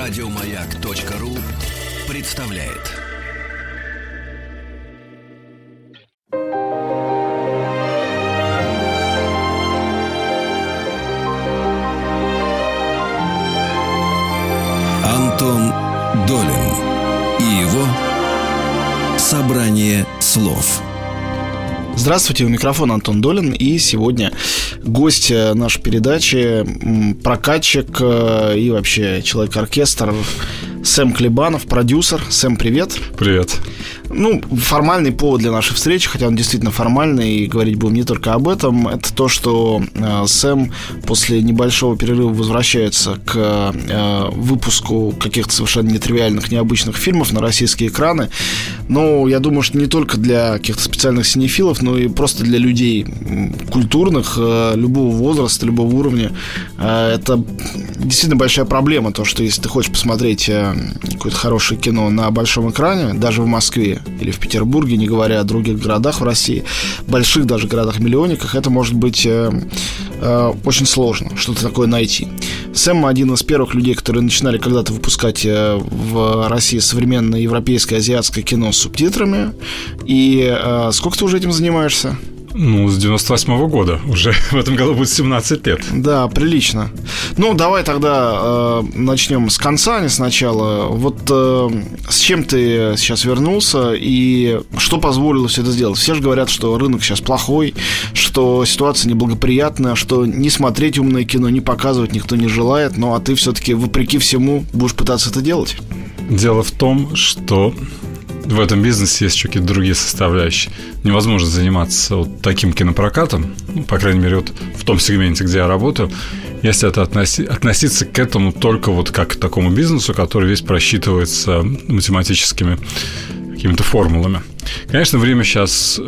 Радиомаяк.ру представляет. Антон Долин и его собрание слов. Здравствуйте, у микрофона Антон Долин, и сегодня гость нашей передачи, прокатчик и вообще человек-оркестр Сэм Клебанов, продюсер. Сэм, привет. Привет. Формальный повод для нашей встречи, хотя он действительно формальный, и говорить будем не только об этом, это то, что Сэм после небольшого перерыва возвращается к выпуску каких-то совершенно нетривиальных, необычных фильмов на российские экраны. Я думаю, что не только для каких-то специальных синефилов, но и просто для людей культурных, любого возраста, любого уровня. Это действительно большая проблема, то, что если ты хочешь посмотреть какое-то хорошее кино на большом экране, даже в Москве или в Петербурге, не говоря о других городах в России, больших даже городах-миллионниках, это может быть очень сложно что-то такое найти. Сэм один из первых людей, которые начинали когда-то выпускать в России современное европейское, азиатское кино с субтитрами. И сколько ты уже этим занимаешься? С 98-го года. Уже в этом году будет 17 лет. Да, прилично. Давай тогда начнем с конца, а не сначала. С чем ты сейчас вернулся и что позволило все это сделать? Все же говорят, что рынок сейчас плохой, что ситуация неблагоприятная, что не смотреть умное кино, не показывать никто не желает. А ты все-таки, вопреки всему, будешь пытаться это делать? Дело в том, что в этом бизнесе есть еще какие-то другие составляющие. Невозможно заниматься таким кинопрокатом, по крайней мере, в том сегменте, где я работаю, если это относиться к этому только как к такому бизнесу, который весь просчитывается математическими какими-то формулами. Конечно, время сейчас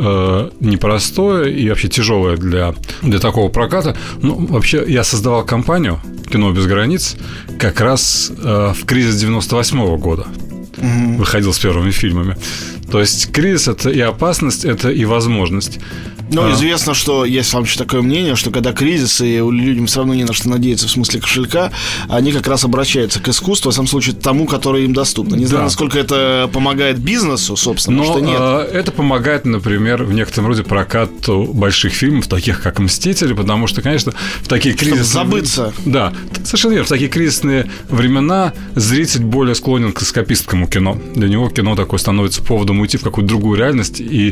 непростое и вообще тяжелое для такого проката. Вообще, я создавал компанию «Кино без границ» как раз в кризис 98-го года. Выходил с первыми фильмами. То есть кризис — это и опасность, это и возможность. Известно, что есть вообще такое мнение, что когда кризис, и людям все равно не на что надеяться в смысле кошелька, они как раз обращаются к искусству, в самом случае тому, которое им доступно. Не знаю, насколько это помогает бизнесу, собственно, может, нет. Это помогает, например, в некотором роде прокату больших фильмов, таких как «Мстители», потому что, конечно, в такие кризисные... Чтобы забыться. Да, совершенно верно. В такие кризисные времена зритель более склонен к эскапистскому кино. Для него кино такое становится поводом уйти в какую-то другую реальность и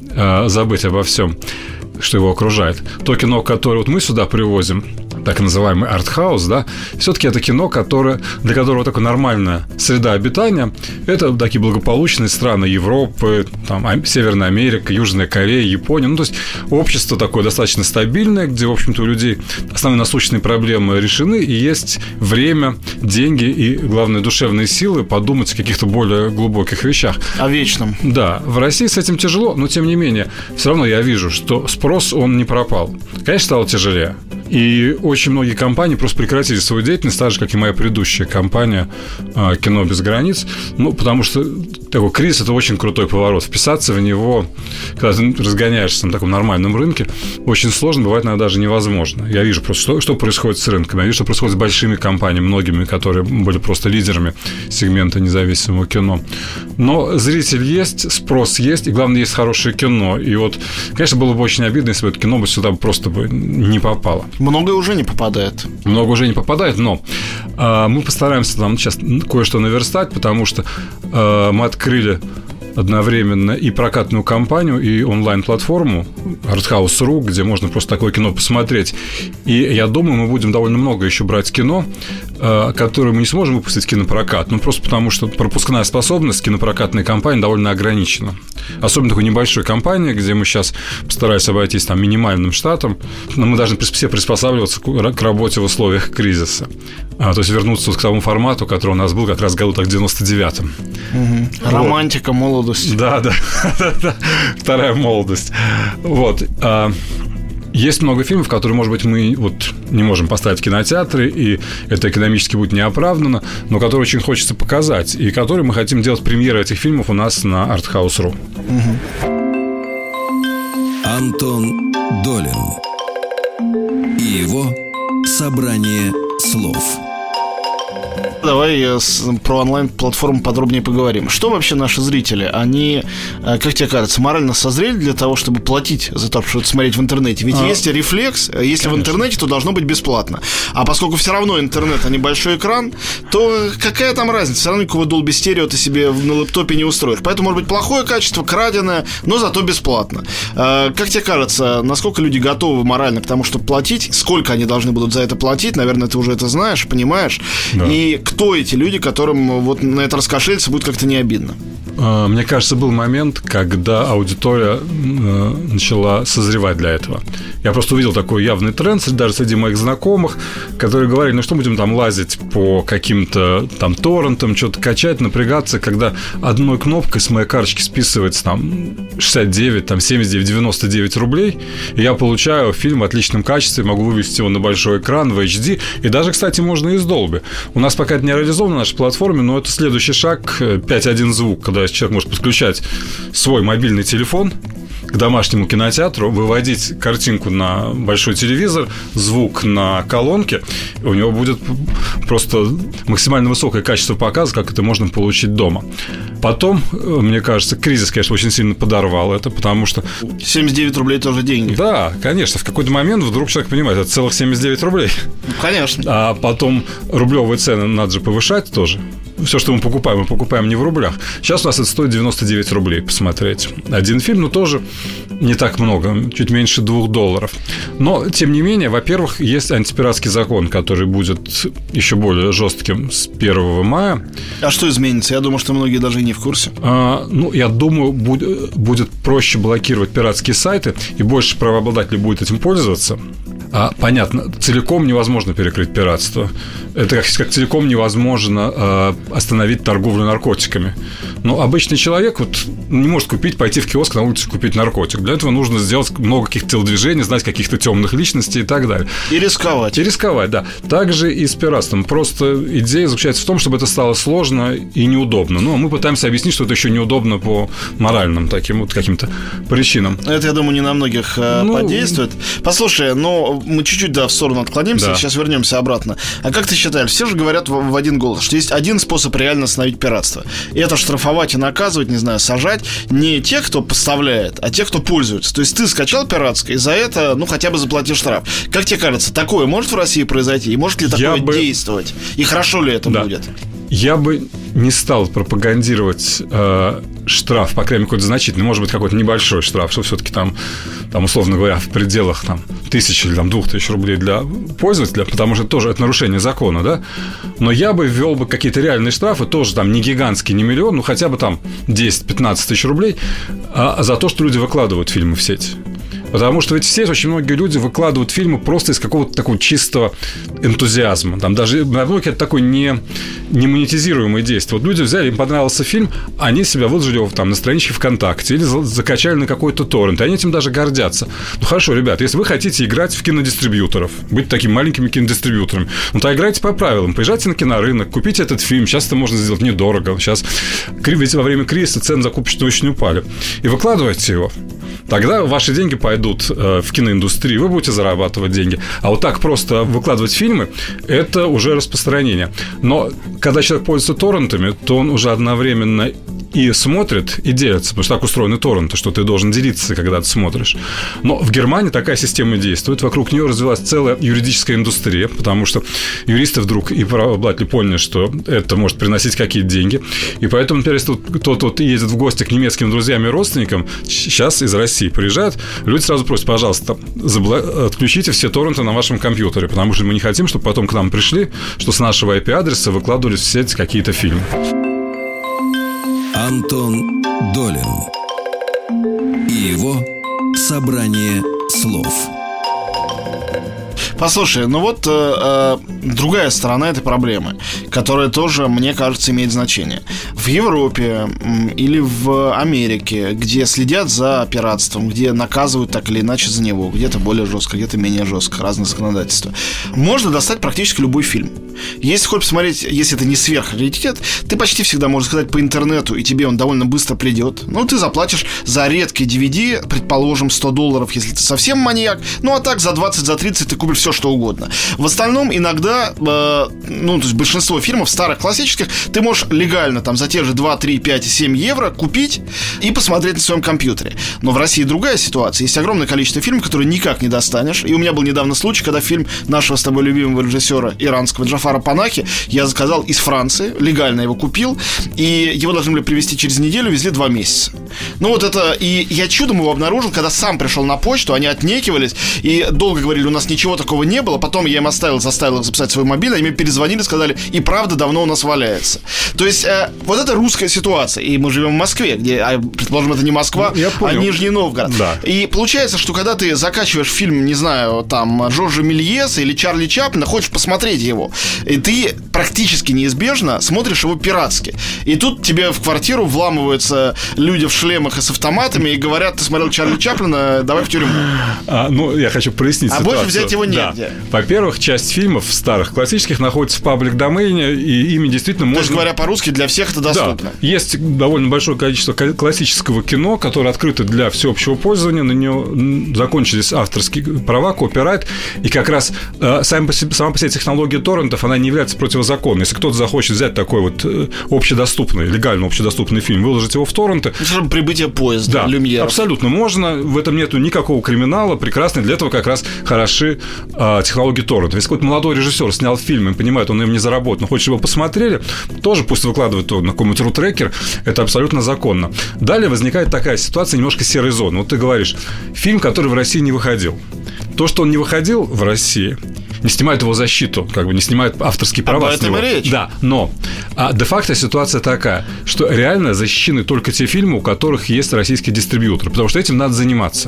забыть обо всем, что его окружает. То кино, которое мы сюда привозим, так называемый артхаус, да, все-таки это кино, для которого такая нормальная среда обитания. Это такие благополучные страны Европы, Северная Америка, Южная Корея, Япония. То есть общество такое достаточно стабильное, где, в общем-то, у людей основные насущные проблемы решены, и есть время, деньги и, главное, душевные силы подумать о каких-то более глубоких вещах. О вечном. Да, в России с этим тяжело, но, тем не менее, все равно я вижу, что спрос, он не пропал. Конечно, стало тяжелее. И очень многие компании просто прекратили свою деятельность, так же, как и моя предыдущая компания «Кино без границ». Потому что такой кризис – это очень крутой поворот. Вписаться в него, когда ты разгоняешься на таком нормальном рынке, очень сложно, бывает иногда даже невозможно. Я вижу просто, что происходит с рынком. Я вижу, что происходит с большими компаниями, многими, которые были просто лидерами сегмента независимого кино. Но зритель есть, спрос есть, и, главное, есть хорошее кино. И конечно, было бы очень обидно, если бы это кино сюда просто не попало. Многое уже не попадает. Но мы постараемся сейчас кое-что наверстать, потому что мы открыли одновременно и прокатную кампанию, и онлайн-платформу Arthouse.ru, где можно просто такое кино посмотреть. И я думаю, мы будем довольно много еще брать кино, которое мы не сможем выпустить в кинопрокат, просто потому что пропускная способность кинопрокатной кампании довольно ограничена. Особенно такой небольшой компании, где мы сейчас постарались обойтись минимальным штатом, но мы должны все приспосабливаться к работе в условиях кризиса. То есть вернуться к тому формату, который у нас был как раз в году в 99-м. Романтика, молодость. Да. Вторая молодость. Есть много фильмов, которые, может быть, мы не можем поставить в кинотеатры, и это экономически будет неоправданно, но которые очень хочется показать, и которые мы хотим делать премьеры этих фильмов у нас на Arthouse.ru. Антон Долин и его собрание слов. Давай про онлайн-платформу подробнее поговорим. Что вообще наши зрители? Они, как тебе кажется, морально созрели для того, чтобы платить за то, чтобы смотреть в интернете? Ведь есть рефлекс, если в интернете, то должно быть бесплатно. А поскольку все равно интернет, а не большой экран, то какая там разница? Все равно никакого Dolby Stereo ты себе на лэптопе не устроишь. Поэтому может быть плохое качество, краденое, но зато бесплатно. Как тебе кажется, насколько люди готовы морально к тому, чтобы платить? Сколько они должны будут за это платить? Наверное, ты уже это знаешь, понимаешь. Да. И кто эти люди, которым вот на это раскошелиться будет как-то не обидно? Мне кажется, был момент, когда аудитория начала созревать для этого. Я просто увидел такой явный тренд даже среди моих знакомых, которые говорили, ну что будем там лазить по каким-то там торрентам, что-то качать, напрягаться, когда одной кнопкой с моей карточки списывается там 69, там 79, 99 рублей, и я получаю фильм в отличном качестве, могу вывести его на большой экран в HD, и даже, кстати, можно из Dolby. У нас пока это не реализовано на нашей платформе, но это следующий шаг, 5.1 звук, когда человек может подключать свой мобильный телефон к домашнему кинотеатру, выводить картинку на большой телевизор, звук на колонке, у него будет просто максимально высокое качество показа, как это можно получить дома. Потом, мне кажется, кризис, конечно, очень сильно подорвал это, потому что... 79 рублей тоже деньги. Да, конечно. В какой-то момент вдруг человек понимает, это целых 79 рублей. Конечно. А потом рублевые цены надо же повышать тоже. Все, что мы покупаем не в рублях. Сейчас у нас это стоит 99 рублей посмотреть один фильм, но тоже не так много, чуть меньше $2. Но, тем не менее, во-первых, есть антипиратский закон, который будет еще более жестким с 1 мая. А что изменится? Я думаю, что многие даже и не в курсе. Я думаю, будет проще блокировать пиратские сайты, и больше правообладателей будет этим пользоваться. Понятно, целиком невозможно перекрыть пиратство. Это как целиком невозможно остановить торговлю наркотиками. Но обычный человек не может пойти в киоск на улице купить наркотик. Для этого нужно сделать много каких-то телодвижений, знать каких-то темных личностей и так далее. И рисковать. Да. Также и с пиратством. Просто идея заключается в том, чтобы это стало сложно и неудобно. Но мы пытаемся объяснить, что это еще неудобно по моральным таким каким-то причинам. Это, я думаю, не на многих подействует. Послушай, мы чуть-чуть в сторону отклонимся, сейчас вернемся обратно. А как ты считаешь, все же говорят в один голос, что есть один способ реально остановить пиратство. И это штрафовать и наказывать, не знаю, сажать не тех, кто поставляет, а тех, кто пользуется. То есть ты скачал пиратское, и за это, хотя бы заплати штраф. Как тебе кажется, такое может в России произойти? И может ли такое действовать? И хорошо ли это будет? Я бы не стал пропагандировать штраф, по крайней мере, какой-то значительный, может быть, какой-то небольшой штраф, что все-таки там, условно говоря, в пределах 1000 или 2000 рублей для пользователя, потому что это нарушение закона, да? Но я бы ввел какие-то реальные штрафы, тоже не гигантский, не миллион, хотя бы 10-15 тысяч рублей, за то, что люди выкладывают фильмы в сеть. Потому что ведь в сеть очень многие люди выкладывают фильмы просто из какого-то такого чистого энтузиазма. Там даже на блоке это такое не монетизируемое действие. Люди взяли, им понравился фильм, они себя выложили его на страничке ВКонтакте или закачали на какой-то торрент, и они этим даже гордятся. Хорошо, ребят, если вы хотите играть в кинодистрибьюторов, быть такими маленькими кинодистрибьюторами, то играйте по правилам, поезжайте на кинорынок, купите этот фильм, сейчас это можно сделать недорого, сейчас ведь во время кризиса цены закупочные очень упали, и выкладывайте его. Тогда ваши деньги пойдут в киноиндустрию, вы будете зарабатывать деньги. А вот так просто выкладывать фильмы – это уже распространение. Но когда человек пользуется торрентами, то он уже одновременно и смотрит, и делится, потому что так устроены торренты, что ты должен делиться, когда ты смотришь. Но в Германии такая система действует, вокруг нее развилась целая юридическая индустрия, потому что юристы вдруг и правообладатели поняли, что это может приносить какие-то деньги, и поэтому, например, если кто-то ездит в гости к немецким друзьям и родственникам, сейчас из России приезжают, люди сразу просят, пожалуйста, отключите все торренты на вашем компьютере, потому что мы не хотим, чтобы потом к нам пришли, что с нашего IP-адреса выкладывались в сеть какие-то фильмы. Антон Долин и его собрание слов. Послушай, другая сторона этой проблемы, которая тоже, мне кажется, имеет значение. В Европе или в Америке, где следят за пиратством, где наказывают так или иначе за него, где-то более жестко, где-то менее жестко, разные законодательства, можно достать практически любой фильм. Если хочешь посмотреть, если это не сверхраритет, ты почти всегда можешь сказать по интернету, и тебе он довольно быстро придет. Ну, ты заплатишь за редкий DVD, предположим, $100, если ты совсем маньяк. Ну, а так за 20, за 30 ты купишь все, что угодно. В остальном иногда, то есть большинство фильмов старых, классических, ты можешь легально там за те же 2, 3, 5, 7 евро купить и посмотреть на своем компьютере. Но в России другая ситуация. Есть огромное количество фильмов, которые никак не достанешь. И у меня был недавно случай, когда фильм нашего с тобой любимого режиссера иранского Джафара Панахи я заказал из Франции, легально его купил, и его должны были привезти через неделю, везли 2 месяца. Ну вот это, и я чудом его обнаружил, когда сам пришел на почту, они отнекивались и долго говорили, у нас ничего такого не было, потом я им заставил их записать свой мобильный, они мне перезвонили, сказали, и правда давно у нас валяется. То есть вот это русская ситуация, и мы живем в Москве, где, предположим, это не Москва, а Нижний Новгород. Да. И получается, что когда ты закачиваешь фильм, не знаю, там, Жоржа Мельеса или Чарли Чаплина, хочешь посмотреть его, и ты практически неизбежно смотришь его пиратски. И тут тебе в квартиру вламываются люди в шлемах и с автоматами и говорят, ты смотрел Чарли Чаплина, давай в тюрьму. Я хочу прояснить ситуацию. Больше взять его негде. Да. Во-первых, часть фильмов старых, классических находится в паблик-домене, и ими действительно можно... То есть, говоря по-русски, для всех это доступно. Да. Есть довольно большое количество классического кино, которое открыто для всеобщего пользования, на него закончились авторские права, копирайт, и как раз сама по себе технология торрентов, она не является противозаконной. Если кто-то захочет взять такой вот общедоступный, легально общедоступный фильм, выложить его в торренты... Чтобы прибытие поезда, да, Люмьеров. Абсолютно можно, в этом нету никакого криминала, прекрасно, для этого как раз хороши технологии торрентов. Если какой-то молодой режиссер снял фильм и понимает, он им не заработал, но хочет, чтобы его посмотрели, тоже пусть выкладывает его на какой-нибудь рутрекер, это абсолютно законно. Далее возникает такая ситуация, немножко серой зоны. Вот ты говоришь, фильм, который в России не выходил. То, что он не выходил в России, не снимают его защиту, не снимают авторские права. Об этом и речь. Да, но де-факто ситуация такая, что реально защищены только те фильмы, у которых есть российский дистрибьютор, потому что этим надо заниматься.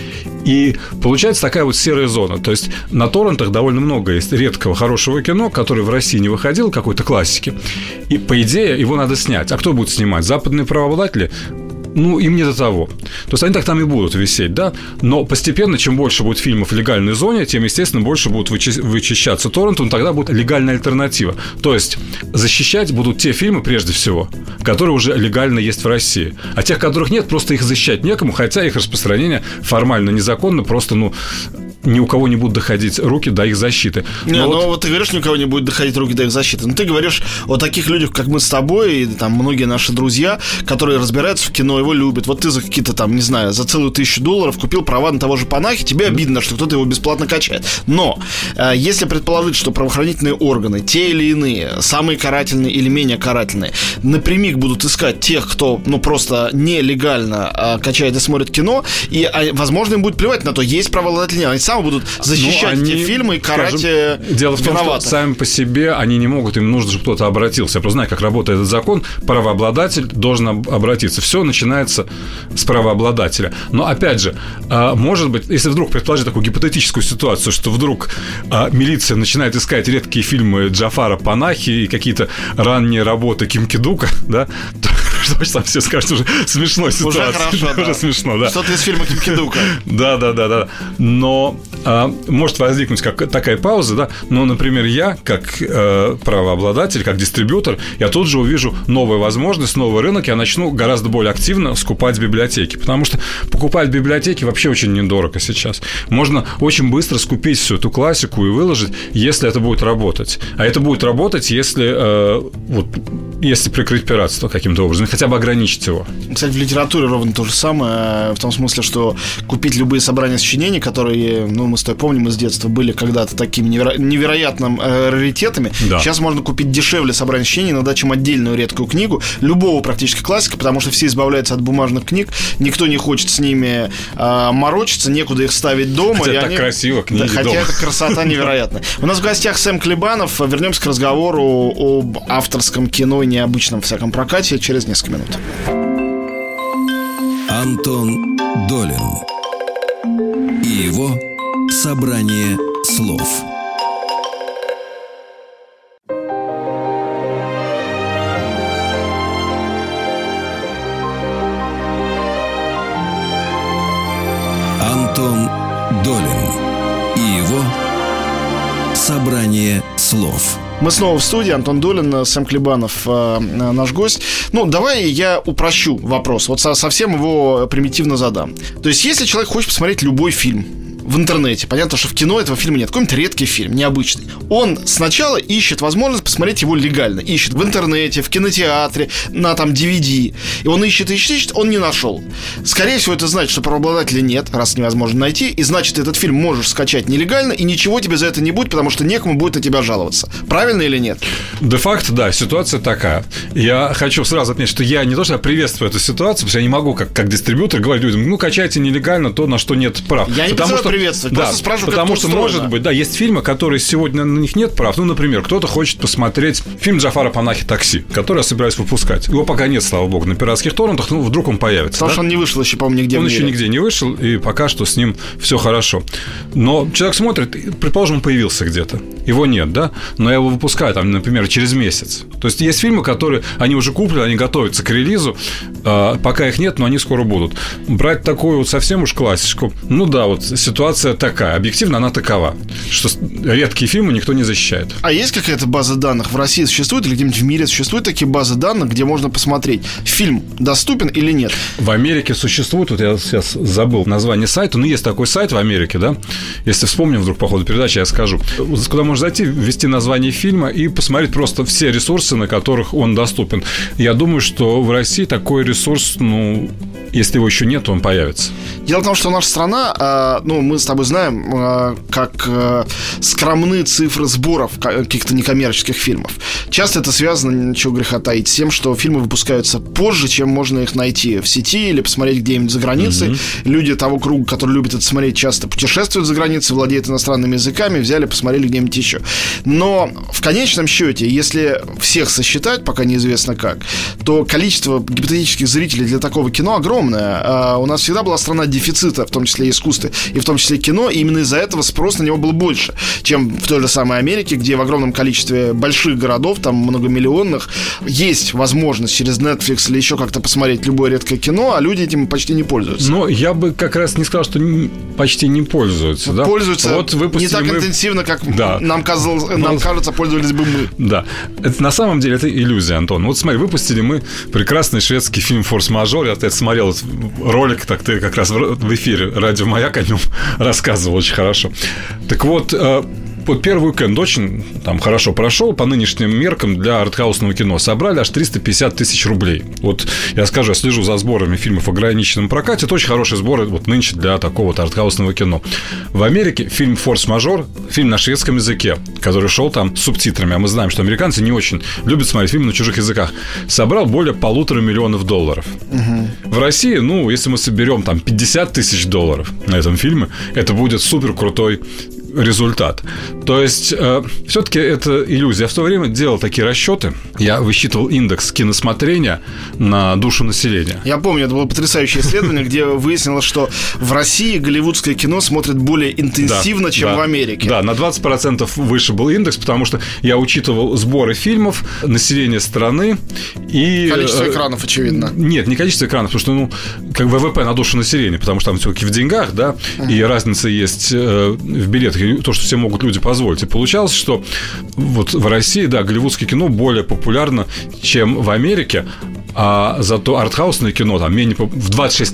И получается такая вот серая зона. То есть на торрентах довольно много есть редкого хорошего кино, которое в России не выходило, какой-то классики. И, по идее, его надо снять. А кто будет снимать? Западные правообладатели? Им не до того. То есть они так там и будут висеть, да? Но постепенно, чем больше будет фильмов в легальной зоне, тем, естественно, больше будут вычищаться торренты, но тогда будет легальная альтернатива. То есть защищать будут те фильмы, прежде всего, которые уже легально есть в России. А тех, которых нет, просто их защищать некому, хотя их распространение формально незаконно, просто, ни у кого не будут доходить руки до их защиты. Вот ты говоришь, ни у кого не будет доходить руки до их защиты. Но ты говоришь о таких людях, как мы с тобой, и там многие наши друзья, которые разбираются в кино, его любят. Вот ты за какие-то там, не знаю, за целую $1000 купил права на того же Панахи, тебе обидно, что кто-то его бесплатно качает. Но если предположить, что правоохранительные органы, те или иные, самые карательные или менее карательные, напрямик будут искать тех, кто, просто нелегально качает и смотрит кино, и, возможно, им будет плевать на то, есть правообладатели, они сами будут защищать эти фильмы и карать виноватых. Дело в том, что сами по себе они не могут, им нужно, чтобы кто-то обратился. Я просто знаю, как работает этот закон. Правообладатель должен обратиться. Все начинается с правообладателя. Но, опять же, может быть, если вдруг предположить такую гипотетическую ситуацию, что вдруг милиция начинает искать редкие фильмы Джафара Панахи и какие-то ранние работы Ким Ки-дука, да, что там все скажут, уже смешной ситуация. Уже хорошо, уже смешно, да. Что-то из фильма Ким Ки-дука. Да. Но может возникнуть такая пауза, да. Но, например, я, как правообладатель, как дистрибьютор, я тут же увижу новую возможность, новый рынок, я начну гораздо более активно скупать библиотеки. Потому что покупать библиотеки вообще очень недорого сейчас. Можно очень быстро скупить всю эту классику и выложить, если это будет работать. А это будет работать, если прикрыть пиратство каким-то образом, хотя бы ограничить его. Кстати, в литературе ровно то же самое, в том смысле, что купить любые собрания сочинений, которые, мы с тобой помним из детства, были когда-то такими невероятными раритетами. Да. Сейчас можно купить дешевле собрание сочинений, иногда, чем отдельную редкую книгу, любого практически классика, потому что все избавляются от бумажных книг, никто не хочет с ними морочиться, некуда их ставить дома. Хотя так красиво, книги дома. Хотя это красота невероятная. У нас в гостях Сэм Клебанов. Вернемся к разговору об авторском кино и необычном всяком прокате через несколько минут. Антон Долин и его собрание слов. Антон Долин и его Собрание слов. Мы снова в студии. Антон Долин, Сэм Клебанов, наш гость. Давай я упрощу вопрос. Вот совсем его примитивно задам. То есть, если человек хочет посмотреть любой фильм в интернете, понятно, что в кино этого фильма нет, какой-нибудь редкий фильм, необычный, он сначала ищет возможность посмотреть его легально. Ищет в интернете, в кинотеатре, на DVD. И он ищет, он не нашел. Скорее всего, это значит, что правообладателя нет, раз невозможно найти. И значит, этот фильм можешь скачать нелегально, и ничего тебе за это не будет, потому что некому будет на тебя жаловаться. Правильно или нет? Де-факто, да, ситуация такая. Я хочу сразу отметить, что я не то, что я приветствую эту ситуацию, потому что я не могу, как дистрибьютор, говорить людям, качайте нелегально то, на что нет прав. Я не приветствовать, просто спрашиваю, потому что, может быть, есть фильмы, которые сегодня на них нет прав. Например, кто-то хочет посмотреть фильм Джафара Панахи «Такси», который я собираюсь выпускать. Его пока нет, слава богу, на пиратских торрентах, вдруг он появится. Потому что он не вышел еще, по-моему, нигде. Он еще нигде не вышел, и пока что с ним все хорошо. Но человек смотрит, предположим, он появился где-то. Его нет, да? Но я его выпускаю, например, через месяц. То есть, есть фильмы, которые, они уже куплены, они готовятся к релизу, пока их нет, но они скоро будут. Брать такую совсем уж классику, ситуация такая, объективно она такова, что редкие фильмы никто не защищает. А есть какая-то база данных в России существует или где-нибудь в мире существуют такие базы данных, где можно посмотреть, фильм доступен или нет? В Америке существует, я сейчас забыл название сайта, но есть такой сайт в Америке, да? Если вспомним вдруг по ходу передачи, я скажу, куда можно зайти, ввести название фильма и посмотреть просто все ресурсы, на которых он доступен. Я думаю, что в России такой ресурс, если его еще нет, то он появится. Дело в том, что наша страна, мы с тобой знаем, как скромны цифры сборов каких-то некоммерческих фильмов. Часто это связано, ничего греха таить, с тем, что фильмы выпускаются позже, чем можно их найти в сети или посмотреть где-нибудь за границей. Люди того круга, который любит это смотреть, часто путешествуют за границей, владеют иностранными языками, взяли, посмотрели где-нибудь еще. Но в конечном счете, если всех сосчитать, пока неизвестно как, то количество гипотетических зрителей для такого кино огромное. У нас всегда была страна дефицита, в том числе искусства, и в том числе кино, и именно из-за этого спрос на него был больше, чем в той же самой Америке, где в огромном количестве больших городов, там многомиллионных, есть возможность через Netflix или еще как-то посмотреть любое редкое кино, а люди этим почти не пользуются. Но я бы как раз не сказал, что почти не пользуются. Да? Пользуются не так интенсивно, как нам кажется, пользовались бы мы. Да. На самом деле это иллюзия, Антон. Вот смотри, выпустили мы прекрасный шведский фильм «Форс-мажор». Я смотрел ролик, так ты как раз в эфире «Радио Маяк» о нем рассказывал очень хорошо. Так вот, первый уикенд очень хорошо прошел по нынешним меркам для артхаусного кино. Собрали аж 350 тысяч рублей. Вот я скажу, я слежу за сборами фильмов в ограниченном прокате. Это очень хорошие сборы нынче для такого-то артхаусного кино. В Америке фильм «Форс-мажор», фильм на шведском языке, который шел там с субтитрами. А мы знаем, что американцы не очень любят смотреть фильмы на чужих языках. Собрал более $1,5 миллиона. В России, если мы соберем 50 тысяч долларов на этом фильме, это будет супер крутой результат. То есть, все-таки это иллюзия. Я в то время делал такие расчеты. Я высчитывал индекс киносмотрения на душу населения. Я помню, это было потрясающее исследование, где выяснилось, что в России голливудское кино смотрит более интенсивно, чем в Америке. Да, на 20% выше был индекс, потому что я учитывал сборы фильмов, население страны и... Количество экранов, очевидно. Нет, не количество экранов, потому что, как ВВП на душу населения, потому что там все-таки в деньгах, да, и разница есть в билетах, то, что все могут люди позволить. И получалось, что в России, голливудское кино более популярно, чем в Америке, а зато артхаусное кино в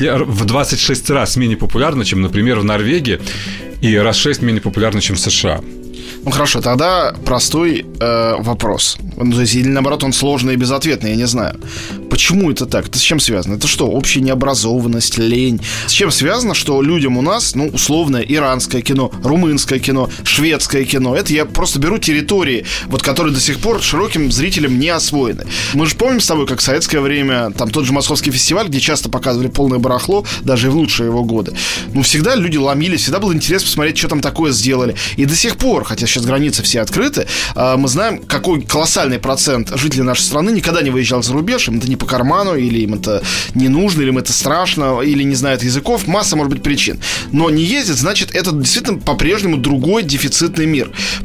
26 раз менее популярно, чем, например, в Норвегии, и раз в 6 менее популярно, чем в США. Хорошо, тогда простой вопрос. Или наоборот, он сложный и безответный, я не знаю. Почему это так? Это с чем связано? Это что, общая необразованность, лень? С чем связано, что людям у нас, условное иранское кино, румынское кино, шведское кино, это я просто беру территории, которые до сих пор широким зрителям не освоены. Мы же помним с тобой, как в советское время, тот же Московский фестиваль, где часто показывали полное барахло, даже и в лучшие его годы. Всегда люди ломились, всегда был интерес посмотреть, что там такое сделали. И до сих пор, хотя сейчас границы все открыты, мы знаем, какой колоссальный процент жителей нашей страны никогда не выезжал за рубеж, им это не по карману, или им это не нужно, или им это страшно, или не знают языков, масса, может быть, причин. Но не ездят, значит, это действительно по-прежнему другой дефицитный мир.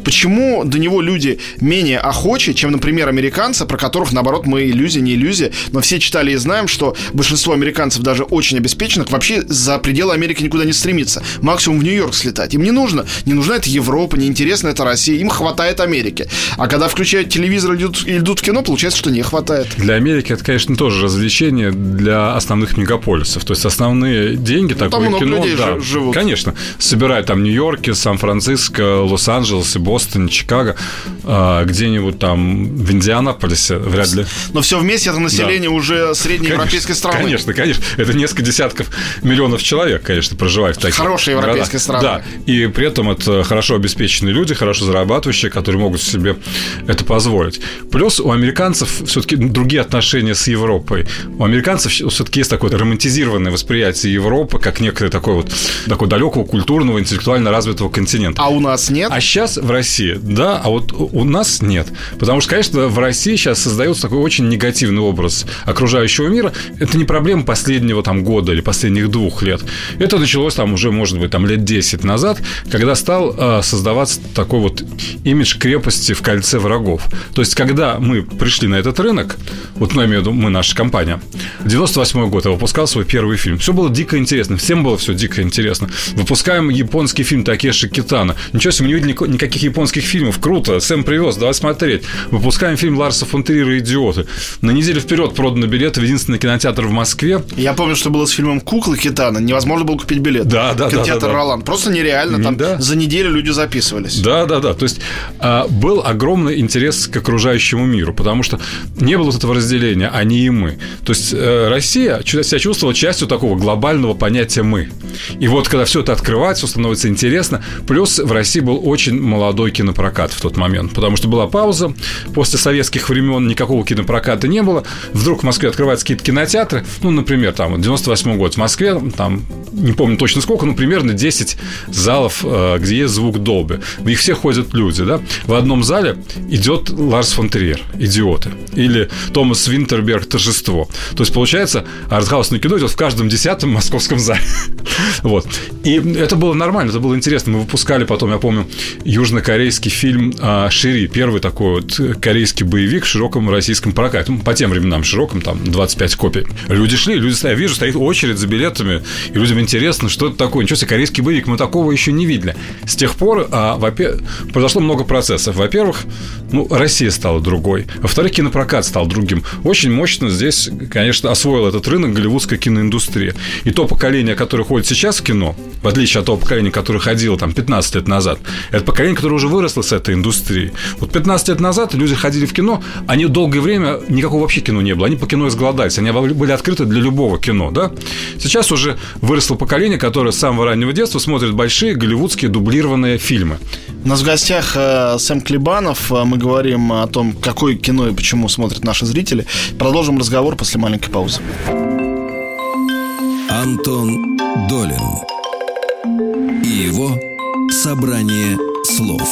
Почему до него люди менее охочи, чем, например, американцы, про которых, наоборот, мы иллюзия, не иллюзия, но все читали и знаем, что большинство американцев, даже очень обеспеченных, вообще за пределы Америки никуда не стремится. Максимум в Нью-Йорк слетать. Им не нужна это Европа, не интересна это Россия, им хватает Америки. А когда включают телевизор и идут в кино, получается, что не хватает. Для Америки это, конечно, тоже развлечение для основных мегаполисов. То есть основные деньги такое там много кино, людей живут. Конечно, собирают там в Нью-Йорке, Сан-Франциско, Лос-Анджелесе, Бостоне, Чикаго, где-нибудь там в Индианаполисе, вряд ли. Но все вместе это население уже среднеевропейской страны. Конечно. Это несколько десятков миллионов человек, конечно, проживают в таких хорошие европейские страны. Да, и при этом это хорошо обеспеченные люди, хорошо зарабатывающие, которые могут себе это позволить. Плюс у американцев все-таки другие отношения с Европой. У американцев все-таки есть такое романтизированное восприятие Европы как некое такого далекого, культурного, интеллектуально развитого континента. А у нас нет? А сейчас в России, да, а вот у нас нет. Потому что, конечно, в России сейчас создается такой очень негативный образ окружающего мира. Это не проблема последнего года или последних 2 лет. Это началось уже, может быть, лет 10 назад, когда стал создаваться такой имидж крепости в кольце врагов. То есть, когда мы пришли на этот рынок, я имею в виду, наша компания, 98-й год я выпускал свой первый фильм. Все было дико интересно, всем было все дико интересно. Выпускаем японский фильм Такеши Китано. Ничего себе, мы не видели никаких японских фильмов. Круто, Сэм привез, давай смотреть. Выпускаем фильм Ларса фон Триера «Идиоты». На неделю вперед проданы билеты в единственный кинотеатр в Москве. Я помню, что было с фильмом «Куклы Китано». Невозможно было купить билет. Да. Кинотеатр «Роланд». Просто нереально. Там за неделю люди записывались. Да. То есть был огромный интерес к окружающему миру, потому что не было этого разделения «они» и «мы». То есть Россия себя чувствовала частью такого глобального понятия «мы». И когда все это открывается, становится интересно. Плюс в России был очень молодой кинопрокат в тот момент, потому что была пауза. После советских времен никакого кинопроката не было. Вдруг в Москве открываются какие-то кинотеатры. Например, 98-й год в Москве, не помню точно сколько, но примерно 10 залов, где есть звук Dolby. В них все ходят люди, да. В одном зале идет Ларс фон Триер «Идиоты» или Томас Винтерберг «Торжество». То есть, получается, артхаусное кино идет в каждом 10-м московском зале. И это было нормально, это было интересно. Мы выпускали потом, я помню, южнокорейский фильм «Шири», первый такой корейский боевик в широком российском прокате. По тем временам широком, 25 копий. Люди шли, я вижу, стоит очередь за билетами, и людям интересно, что это такое. Ничего себе, корейский боевик, мы такого еще не видели. С тех пор произошло много процессов. Во-первых, Россия стала другой. Во-вторых, кинопрокат стал другим. Очень мощно здесь, конечно, освоил этот рынок голливудская киноиндустрия. И то поколение, которое ходит сейчас в кино, в отличие от того поколения, которое ходило 15 лет назад, это поколение, которое уже выросло с этой индустрией. 15 лет назад люди ходили в кино, они долгое время, никакого вообще кино не было, они по кино изголодались, они были открыты для любого кино, да? Сейчас уже выросло поколение, которое с самого раннего детства смотрит большие голливудские дублированные фильмы. У нас в гостях Сэм Клебанов. Мы говорим о том, какое кино и почему смотрят наши зрители. Продолжим разговор после маленькой паузы. Антон Долин и его собрание слов.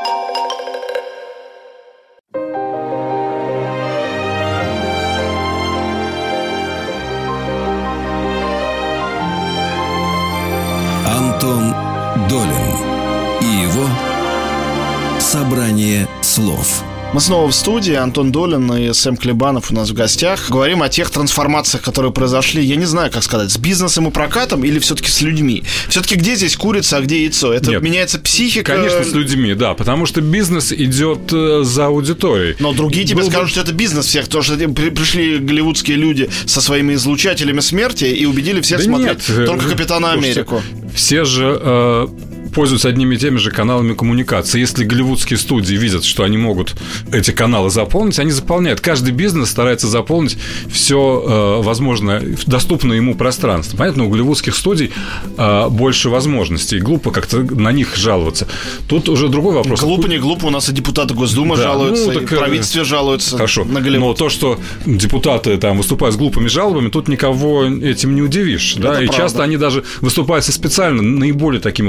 Антон Долин и его собрание слов. Мы снова в студии. Антон Долин и Сэм Клебанов у нас в гостях. Говорим о тех трансформациях, которые произошли, я не знаю, как сказать, с бизнесом и прокатом или все-таки с людьми? Все-таки где здесь курица, а где яйцо? Это Нет, меняется психика? Конечно, с людьми, да, потому что бизнес идет за аудиторией. Но другие тебе скажут, что это бизнес всех, потому что пришли голливудские люди со своими излучателями смерти и убедили всех смотреть только «Капитана Америку». Все же пользуются одними и теми же каналами коммуникации. Если голливудские студии видят, что они могут эти каналы заполнить, они заполняют. Каждый бизнес старается заполнить все возможное, доступное ему пространство. Понятно, у голливудских студий больше возможностей. Глупо как-то на них жаловаться. Тут уже другой вопрос. Глупо, не глупо. У нас и депутаты Госдумы жалуются, и правительство жалуется на Голливуд. Но то, что депутаты выступают с глупыми жалобами, тут никого этим не удивишь. Да? И часто они даже выступают специально наиболее такими просто вопиющими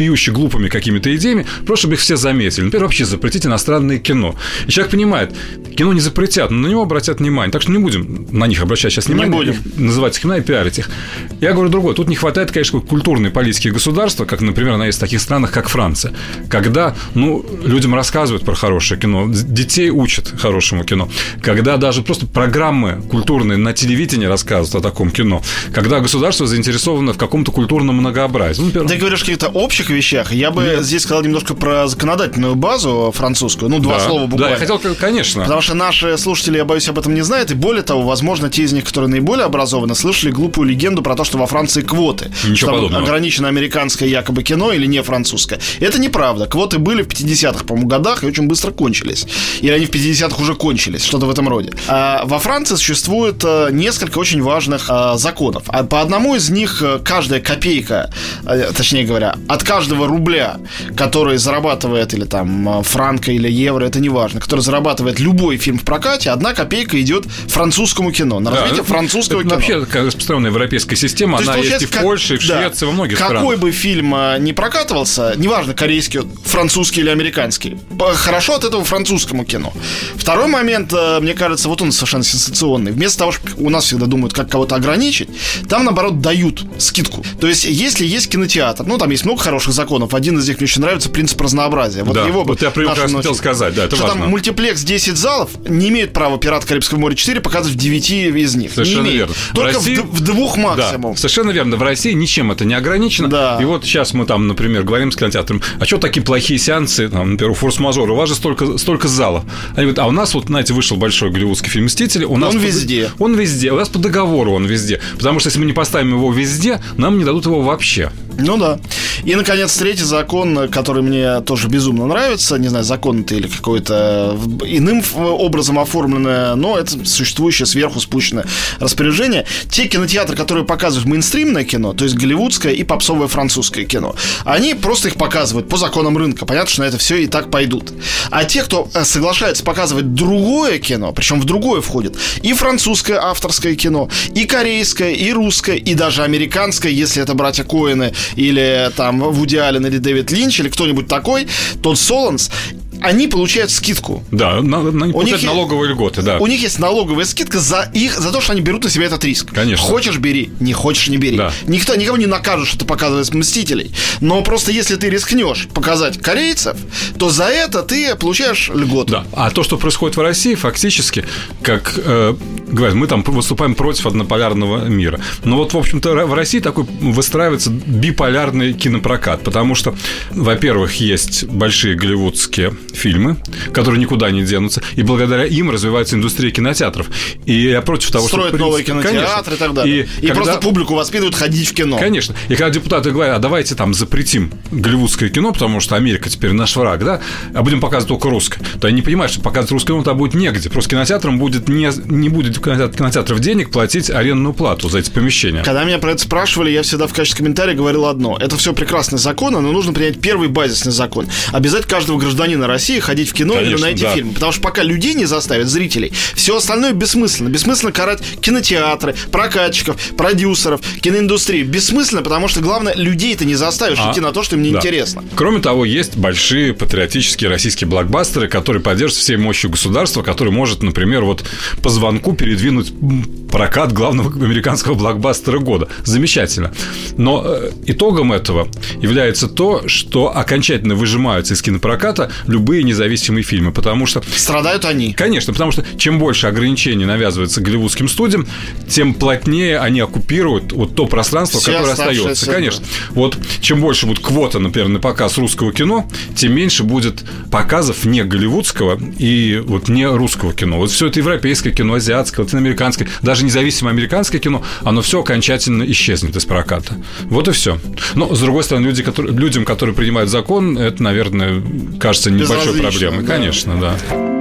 вопиюще глупыми какими-то идеями, просто чтобы их все заметили. Например, вообще запретить иностранное кино. И человек понимает, кино не запретят, но на него обратят внимание. Так что не будем на них обращать сейчас внимание, называть кино и пиарить их. Я говорю другое. Тут не хватает, конечно, культурной политики государства, как, например, она есть в таких странах, как Франция, когда, людям рассказывают про хорошее кино, детей учат хорошему кино, когда даже просто программы культурные на телевидении рассказывают о таком кино, когда государство заинтересовано в каком-то культурном многообразии. Например, ты говоришь о каких-то общих вещах. Я бы здесь сказал немножко про законодательную базу французскую. Два слова буквально. Да, я хотел, конечно. Потому что наши слушатели, я боюсь, об этом не знают. И более того, возможно, те из них, которые наиболее образованы, слышали глупую легенду про то, что во Франции квоты. Ничего подобного. Ограничено американское якобы кино или не французское. Это неправда. Квоты были в 50-х, по-моему, годах и очень быстро кончились. Или они в 50-х уже кончились, что-то в этом роде. Во Франции существует несколько очень важных законов. По одному из них каждая копейка, точнее говоря, от каждого рубля, который зарабатывает, или там франка, или евро, это не важно, который зарабатывает любой фильм в прокате, 1 копейка идет французскому кино, на развитие французского кино. Вообще, такая распространенная европейская система, она есть и в Польше, и в Швеции, во многих странах. Какой бы фильм не прокатывался, неважно, корейский, французский или американский, хорошо от этого французскому кино. Второй момент, мне кажется, вот он совершенно сенсационный. Вместо того, что у нас всегда думают, как кого-то ограничить, там, наоборот, дают скидку. То есть, если есть кинотеатр, там есть много хороших законов, один из них мне очень нравится, принцип разнообразия. Вот его я как раз хотел сказать, да, это что важно. Там мультиплекс 10 залов не имеет права «Пираты Карибского моря 4» показывать в 9 из них. Совершенно не имеет. верно. Только в 2 максимум. Да, совершенно верно. В России ничем это не ограничено. Да. И вот сейчас мы там, например, говорим с кинотеатром, а что такие плохие сеансы, например, у «Форс-мажора», у вас же столько залов. Они говорят, а у нас вот, знаете, вышел большой голливудский фильм «Мстители». Он везде. Он везде. У нас по договору он везде. Потому что если мы не поставим его везде, нам не дадут его вообще. Да. И, наконец, третий закон, который мне тоже безумно нравится. Не знаю, закон это или какое-то иным образом оформленное, но это существующее сверху спущенное распоряжение. Те кинотеатры, которые показывают мейнстримное кино, то есть голливудское и попсовое французское кино, они просто их показывают по законам рынка. Понятно, что на это все и так пойдут. А те, кто соглашается показывать другое кино, причем в другое входит и французское авторское кино, и корейское, и русское, и даже американское, если это братья Коэны или там Вуди Аллен или Дэвид Линч или кто-нибудь такой, Тодд Солонс, они получают скидку. Да, они получают налоговые льготы, да. У них есть налоговая скидка за то, что они берут на себя этот риск. Конечно. Хочешь — бери, не хочешь — не бери. Да. Никого не накажут, что ты показываешь «Мстителей». Но просто если ты рискнешь показать корейцев, то за это ты получаешь льготу. Да. А то, что происходит в России, фактически, как говорят, мы там выступаем против однополярного мира. Но вот, в общем-то, в России такой выстраивается биполярный кинопрокат. Потому что, во-первых, есть большие голливудские фильмы, которые никуда не денутся, и благодаря им развивается индустрия кинотеатров. И я против того, что... Строят новые кинотеатры и так далее. И просто публику воспитывают ходить в кино. Конечно. И когда депутаты говорят, а давайте там запретим голливудское кино, потому что Америка теперь наш враг, да, а будем показывать только русское, то они не понимают, что показывать русское кино там будет негде. Просто кинотеатрам не будет кинотеатров денег платить арендную плату за эти помещения. Когда меня про это спрашивали, я всегда в качестве комментария говорил одно. Это все прекрасные законы, но нужно принять первый базисный закон. Обязать каждого гражданина России ходить в кино, конечно, или на эти фильмы. Потому что пока людей не заставят, зрителей, все остальное бессмысленно. Бессмысленно карать кинотеатры, прокатчиков, продюсеров, киноиндустрию. Бессмысленно, потому что, главное, людей-то не заставишь идти на то, что им неинтересно. Кроме того, есть большие патриотические российские блокбастеры, которые поддерживают всей мощью государства, который может, например, вот по звонку передвинуть прокат главного американского блокбастера года. Замечательно. Но итогом этого является то, что окончательно выжимаются из кинопроката любые независимые фильмы, потому что... Страдают они. Конечно, потому что чем больше ограничений навязывается голливудским студиям, тем плотнее они оккупируют вот то пространство, которое остается. Конечно. Вот чем больше будет квота, например, на показ русского кино, тем меньше будет показов не голливудского и вот не русского кино. Вот все это европейское кино, азиатское, латиноамериканское, даже независимое американское кино, оно все окончательно исчезнет из проката. Вот и все. Но, с другой стороны, людям, которые принимают закон, это, наверное, кажется небольшой проблемой. Да. Конечно, да.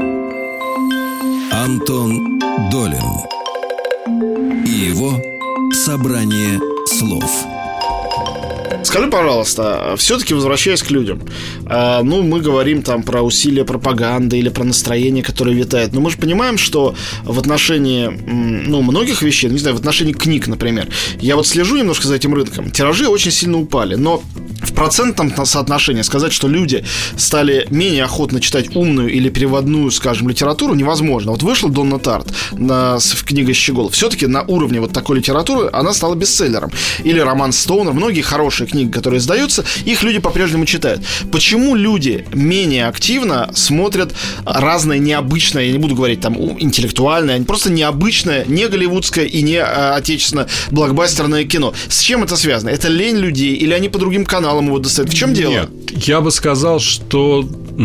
Антон Долин и его собрание слов. Скажи, пожалуйста, все-таки возвращаясь к людям, мы говорим там про усилия пропаганды или про настроение, которое витает, но мы же понимаем, что в отношении, многих вещей, не знаю, в отношении книг, например, я вот слежу немножко за этим рынком, тиражи очень сильно упали, но в процентном соотношении сказать, что люди стали менее охотно читать умную или переводную, скажем, литературу, невозможно. Вот вышла Донна Тарт в книге «Щегол». Все-таки на уровне вот такой литературы она стала бестселлером. Или роман Стоунер. Многие хорошие книги, которые издаются, их люди по-прежнему читают. Почему люди менее активно смотрят разное необычное, я не буду говорить там интеллектуальное, просто необычное, не голливудское и не отечественное блокбастерное кино? С чем это связано? Это лень людей или они по другим каналам его достают? В чем дело? Нет, я бы сказал, что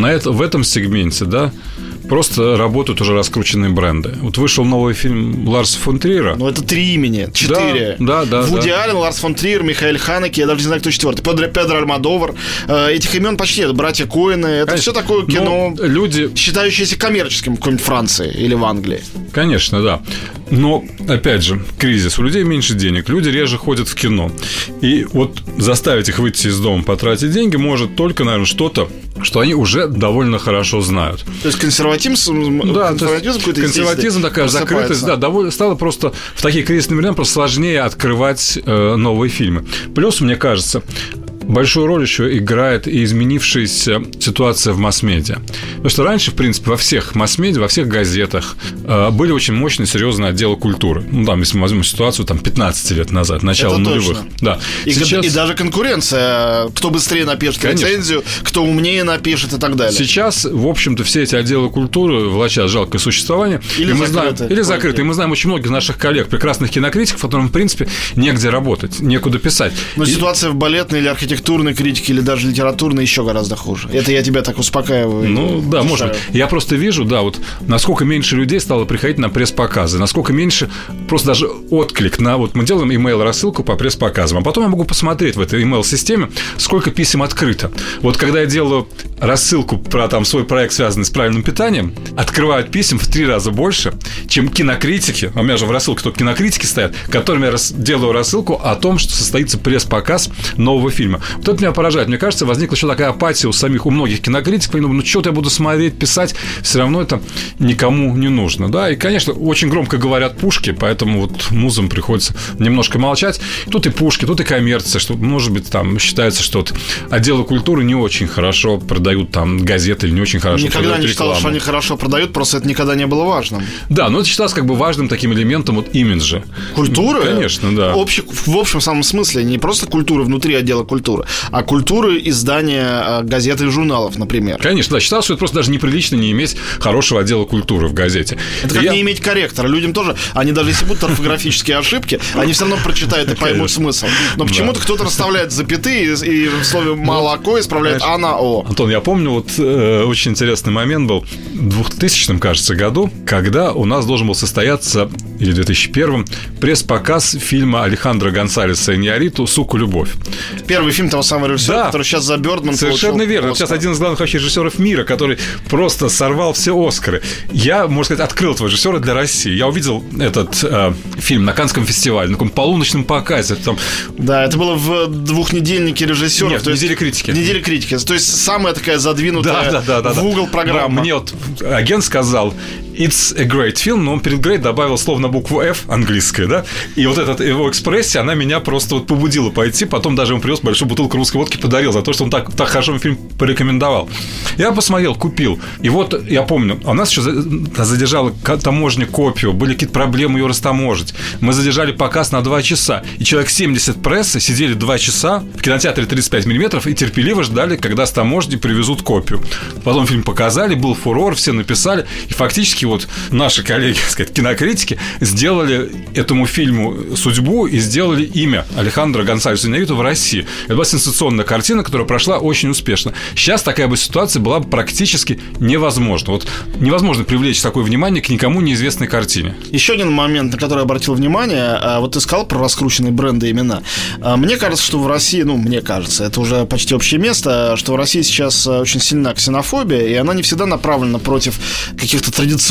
в этом сегменте, да, просто работают уже раскрученные бренды. Вот вышел новый фильм Ларса фон Триера. Ну, это 3 имени, 4. Да. Вуди Аллен, Ларс фон Триер, Михаэль Ханеке, я даже не знаю, кто 4. Педро Альмодовар. Этих имен почти нет. Братья Коэны. Это все такое кино, люди, считающееся коммерческим в какой-нибудь Франции или в Англии. Конечно, да. Но, опять же, кризис. У людей меньше денег, люди реже ходят в кино. И вот заставить их выйти из дома, потратить деньги может только, наверное, что-то, что они уже довольно хорошо знают. То есть консерватизм, да, консерватизм такая закрытость, да, стало просто в такие кризисные времена просто сложнее открывать новые фильмы. Плюс, мне кажется, большую роль еще играет и изменившаяся ситуация в масс-медиа. Потому что раньше, в принципе, во всех масс-медиа, во всех газетах были очень мощные, серьезные отделы культуры. Ну, там, если мы возьмем ситуацию, там, 15 лет назад, начало это нулевых. Да. И даже конкуренция. Кто быстрее напишет рецензию, кто умнее напишет и так далее. Сейчас, в общем-то, все эти отделы культуры влачат жалкое существование. Или закрыты. И мы знаем очень многих наших коллег, прекрасных кинокритиков, которым, в принципе, негде работать, некуда писать. Но ситуация в балетной или архитектурной критике, или даже литературной еще гораздо хуже. Это я тебя так успокаиваю. Ну, да, может. Я просто вижу, да, вот насколько меньше людей стало приходить на пресс-показы, насколько меньше просто даже отклик на... Вот мы делаем email-рассылку по пресс-показам, а потом я могу посмотреть в этой email-системе, сколько писем открыто. Вот когда я делаю рассылку про там свой проект, связанный с правильным питанием, открывают писем в 3 раза больше, чем кинокритики, а у меня же в рассылке только кинокритики стоят, которым я делаю рассылку о том, что состоится пресс-показ нового фильма. Вот это меня поражает. Мне кажется, возникла еще такая апатия у многих кинокритиков. Они думают, что-то я буду смотреть, писать, все равно это никому не нужно. Да? И, конечно, очень громко говорят пушки, поэтому вот музам приходится немножко молчать. Тут и пушки, тут и коммерция, что, может быть, там считается, что отделы культуры не очень хорошо продают там газеты или не очень хорошо никогда продают рекламу. Никогда не считал, что они хорошо продают, просто это никогда не было важным. Да, но это считалось как бы важным таким элементом вот имиджа. Культуры? Конечно, да. В общем самом смысле, не просто культура внутри отдела культуры, а культуры издания газет и журналов, например. Конечно, да. Считалось, что это просто даже неприлично не иметь хорошего отдела культуры в газете. Это как не иметь корректора. Людям тоже, они даже если будут орфографические ошибки, они все равно прочитают и поймут смысл. Но почему-то кто-то расставляет запятые и в слове «молоко» исправляет «а» на «о». Антон, я помню, вот очень интересный момент был в 2000, кажется, году, когда у нас должен был состояться, или в 2001, пресс-показ фильма Алехандро Гонсалеса Иньярриту «Сука, любовь». Первый фильм того самого режиссера, который сейчас за Бёрдман совершенно верно. Сейчас один из главных вообще режиссеров мира, который просто сорвал все Оскары. Я, можно сказать, открыл этого режиссера для России. Я увидел этот фильм на Каннском фестивале, на таком полуночном показе. Да, это было в двухнедельнике режиссеров. Нет, в неделе критики. В неделе критики. То есть самая такая задвинутая в угол программа. Мне вот агент сказал: It's a great film, но он перед great добавил словно букву F английское, да? И вот эта его экспрессия, она меня просто вот побудила пойти. Потом даже ему привез большую бутылку русской водки, подарил за то, что он так хорошо фильм порекомендовал. Я посмотрел, купил. И вот я помню, у нас еще задержала таможня копию, были какие-то проблемы ее растаможить. Мы задержали показ на 2 часа. И человек 70 прессы сидели 2 часа в кинотеатре 35 миллиметров и терпеливо ждали, когда с таможни привезут копию. Потом фильм показали, был фурор, все написали. И фактически вот наши коллеги, так сказать, кинокритики сделали этому фильму судьбу и сделали имя Алехандро Гонсалеса Иньярриту в России. Это была сенсационная картина, которая прошла очень успешно. Сейчас такая бы ситуация была бы практически невозможна. Вот невозможно привлечь такое внимание к никому неизвестной картине. Еще один момент, на который я обратил внимание. Вот ты сказал про раскрученные бренды и имена. Мне кажется, что в России, мне кажется, это уже почти общее место, что в России сейчас очень сильна ксенофобия, и она не всегда направлена против каких-то традиционных